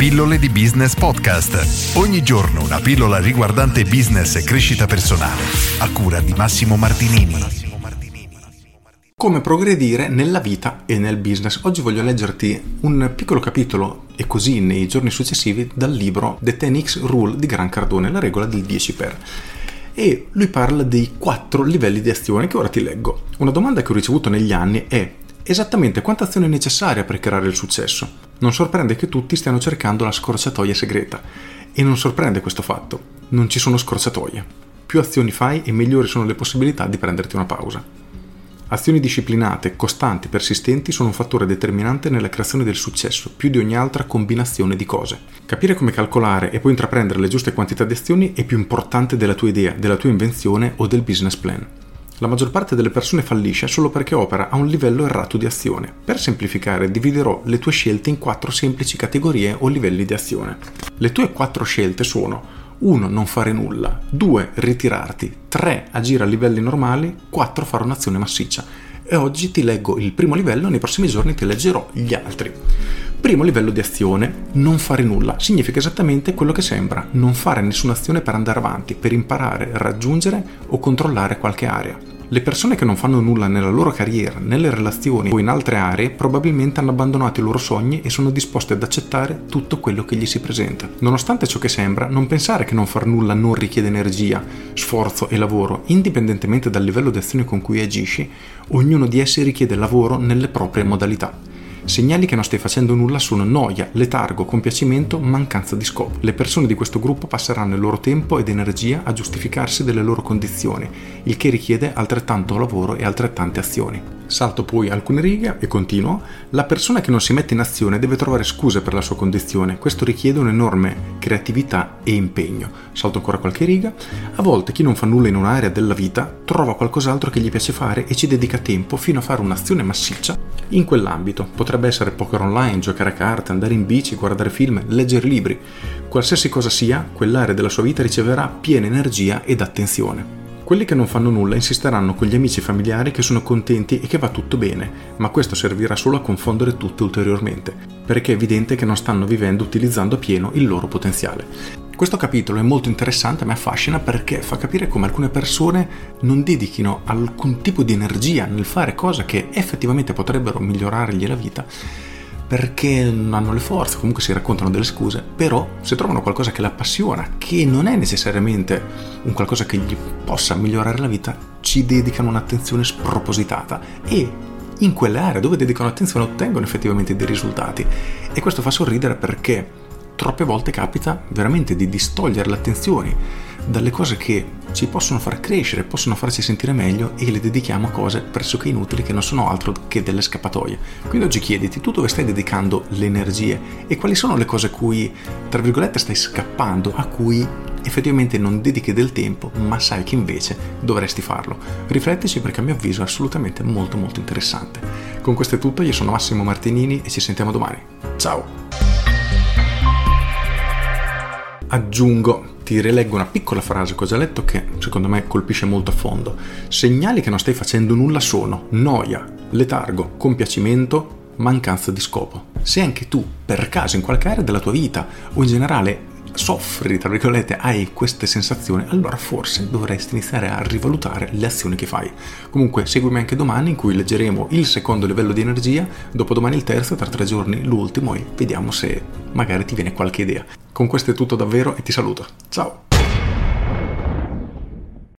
Pillole di Business Podcast. Ogni giorno una pillola riguardante business e crescita personale. A cura di Massimo Martinini. Come progredire nella vita e nel business. Oggi voglio leggerti un piccolo capitolo, e così nei giorni successivi, dal libro The 10X Rule di Grant Cardone, la regola del 10x. E lui parla dei 4 livelli di azione che ora ti leggo. Una domanda che ho ricevuto negli anni è: esattamente quanta azione è necessaria per creare il successo? Non sorprende che tutti stiano cercando la scorciatoia segreta. E non sorprende questo fatto. Non ci sono scorciatoie. Più azioni fai e migliori sono le possibilità di prenderti una pausa. Azioni disciplinate, costanti, persistenti sono un fattore determinante nella creazione del successo, più di ogni altra combinazione di cose. Capire come calcolare e poi intraprendere le giuste quantità di azioni è più importante della tua idea, della tua invenzione o del business plan. La maggior parte delle persone fallisce solo perché opera a un livello errato di azione. Per semplificare, dividerò le tue scelte in 4 semplici categorie o livelli di azione. Le tue 4 scelte sono: 1. Non fare nulla. 2. Ritirarti. 3. Agire a livelli normali. 4. Fare un'azione massiccia. E oggi ti leggo il primo livello, nei prossimi giorni ti leggerò gli altri. Primo livello di azione: non fare nulla. Significa esattamente quello che sembra: non fare nessuna azione per andare avanti, per imparare, raggiungere o controllare qualche area. Le persone che non fanno nulla nella loro carriera, nelle relazioni o in altre aree probabilmente hanno abbandonato i loro sogni e sono disposte ad accettare tutto quello che gli si presenta. Nonostante ciò che sembra, non pensare che non far nulla non richiede energia, sforzo e lavoro. Indipendentemente dal livello di azione con cui agisci, ognuno di essi richiede lavoro nelle proprie modalità. Segnali che non stai facendo nulla sono noia, letargo, compiacimento, mancanza di scopo. Le persone di questo gruppo passeranno il loro tempo ed energia a giustificarsi delle loro condizioni, il che richiede altrettanto lavoro e altrettante azioni. Salto poi alcune righe e continuo. La persona che non si mette in azione deve trovare scuse per la sua condizione. Questo richiede un'enorme creatività e impegno. Salto ancora qualche riga. A volte chi non fa nulla in un'area della vita trova qualcos'altro che gli piace fare e ci dedica tempo fino a fare un'azione massiccia in quell'ambito. Potrebbe essere poker online, giocare a carte, andare in bici, guardare film, leggere libri. Qualsiasi cosa sia, quell'area della sua vita riceverà piena energia ed attenzione. Quelli che non fanno nulla insisteranno con gli amici e familiari che sono contenti e che va tutto bene, ma questo servirà solo a confondere tutto ulteriormente, perché è evidente che non stanno vivendo utilizzando a pieno il loro potenziale. Questo capitolo è molto interessante, mi affascina perché fa capire come alcune persone non dedichino alcun tipo di energia nel fare cose che effettivamente potrebbero migliorargli la vita, perché non hanno le forze, comunque si raccontano delle scuse. Però se trovano qualcosa che li appassiona, che non è necessariamente un qualcosa che gli possa migliorare la vita, ci dedicano un'attenzione spropositata e in quelle aree dove dedicano attenzione ottengono effettivamente dei risultati. E questo fa sorridere perché troppe volte capita veramente di distogliere l'attenzione dalle cose che ci possono far crescere, possono farci sentire meglio, e le dedichiamo a cose pressoché inutili che non sono altro che delle scappatoie. Quindi oggi chiediti: tu dove stai dedicando le energie e quali sono le cose a cui, tra virgolette, stai scappando, a cui effettivamente non dedichi del tempo, ma sai che invece dovresti farlo. Riflettici, perché a mio avviso è assolutamente molto molto interessante. Con questo è tutto, io sono Massimo Martinini e ci sentiamo domani. Ciao! Aggiungo, ti rileggo una piccola frase che ho già letto che secondo me colpisce molto a fondo. Segnali che non stai facendo nulla sono noia, letargo, compiacimento, mancanza di scopo. Se anche tu, per caso, in qualche area della tua vita o in generale soffri, tra virgolette, hai queste sensazioni, allora forse dovresti iniziare a rivalutare le azioni che fai. Comunque seguimi anche domani, in cui leggeremo il secondo livello di energia, dopodomani il terzo, tra 3 giorni l'ultimo, e vediamo se magari ti viene qualche idea. Con questo è tutto davvero e ti saluto. Ciao!